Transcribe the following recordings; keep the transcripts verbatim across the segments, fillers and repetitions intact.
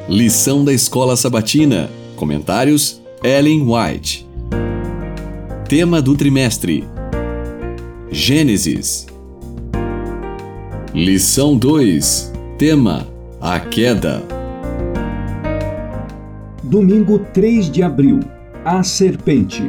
Lição da Escola Sabatina. Comentários: Ellen White. Tema do trimestre: Gênesis. Lição dois. Tema: A queda. Domingo três de abril. A serpente.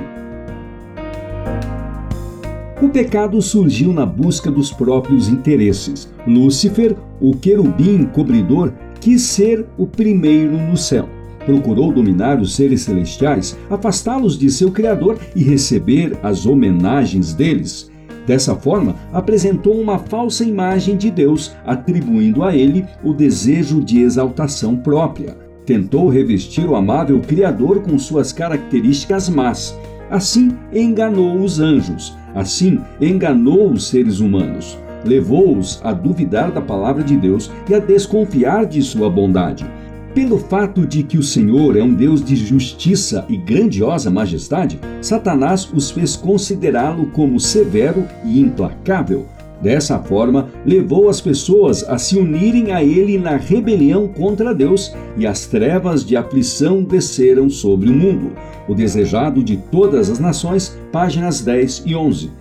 O pecado surgiu na busca dos próprios interesses. Lúcifer, o querubim cobridor, quis ser o primeiro no céu. Procurou dominar os seres celestiais, afastá-los de seu Criador e receber as homenagens deles. Dessa forma, apresentou uma falsa imagem de Deus, atribuindo a ele o desejo de exaltação própria. Tentou revestir o amável Criador com suas características más. Assim, enganou os anjos. Assim, enganou os seres humanos. Levou-os a duvidar da palavra de Deus e a desconfiar de sua bondade. Pelo fato de que o Senhor é um Deus de justiça e grandiosa majestade, Satanás os fez considerá-lo como severo e implacável. Dessa forma, levou as pessoas a se unirem a ele na rebelião contra Deus, e as trevas de aflição desceram sobre o mundo. O desejado de todas as nações, páginas dez e onze.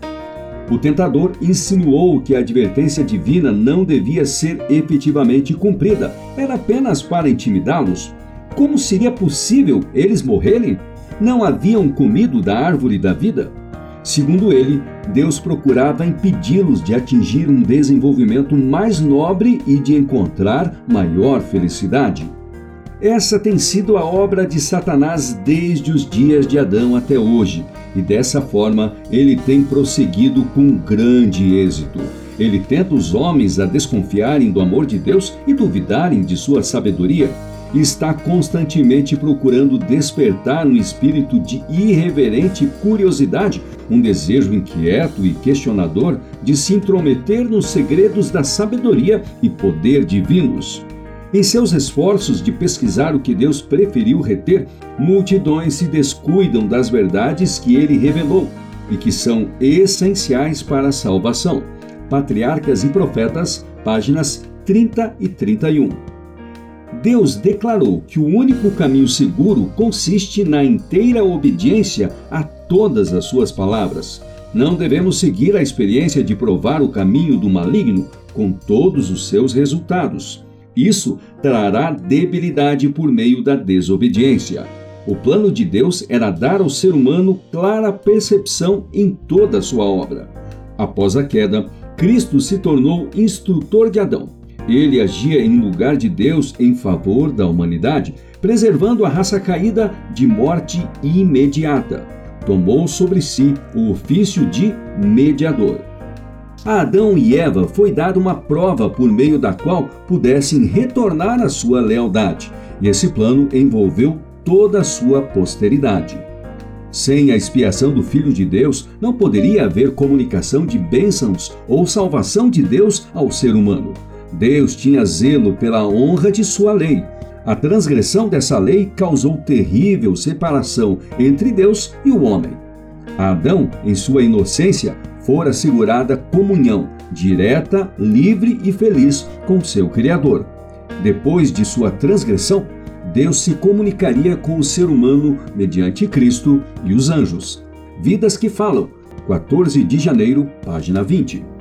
O tentador insinuou que a advertência divina não devia ser efetivamente cumprida, era apenas para intimidá-los. Como seria possível eles morrerem? Não haviam comido da árvore da vida? Segundo ele, Deus procurava impedi-los de atingir um desenvolvimento mais nobre e de encontrar maior felicidade. Essa tem sido a obra de Satanás desde os dias de Adão até hoje, e dessa forma ele tem prosseguido com grande êxito. Ele tenta os homens a desconfiarem do amor de Deus e duvidarem de sua sabedoria, e está constantemente procurando despertar um espírito de irreverente curiosidade, um desejo inquieto e questionador de se intrometer nos segredos da sabedoria e poder divinos. Em seus esforços de pesquisar o que Deus preferiu reter, multidões se descuidam das verdades que ele revelou e que são essenciais para a salvação. Patriarcas e Profetas, páginas trinta e trinta e um. Deus declarou que o único caminho seguro consiste na inteira obediência a todas as suas palavras. Não devemos seguir a experiência de provar o caminho do maligno com todos os seus resultados. Isso trará debilidade por meio da desobediência. O plano de Deus era dar ao ser humano clara percepção em toda a sua obra. Após a queda, Cristo se tornou instrutor de Adão. Ele agia em lugar de Deus em favor da humanidade, preservando a raça caída de morte imediata. Tomou sobre si o ofício de mediador. A Adão e Eva foi dada uma prova por meio da qual pudessem retornar à sua lealdade, e esse plano envolveu toda a sua posteridade. Sem a expiação do Filho de Deus, não poderia haver comunicação de bênçãos ou salvação de Deus ao ser humano. Deus tinha zelo pela honra de sua lei. A transgressão dessa lei causou terrível separação entre Deus e o homem. A Adão, em sua inocência, fora assegurada comunhão direta, livre e feliz com seu Criador. Depois de sua transgressão, Deus se comunicaria com o ser humano mediante Cristo e os anjos. Vidas que Falam, quatorze de janeiro, página vinte.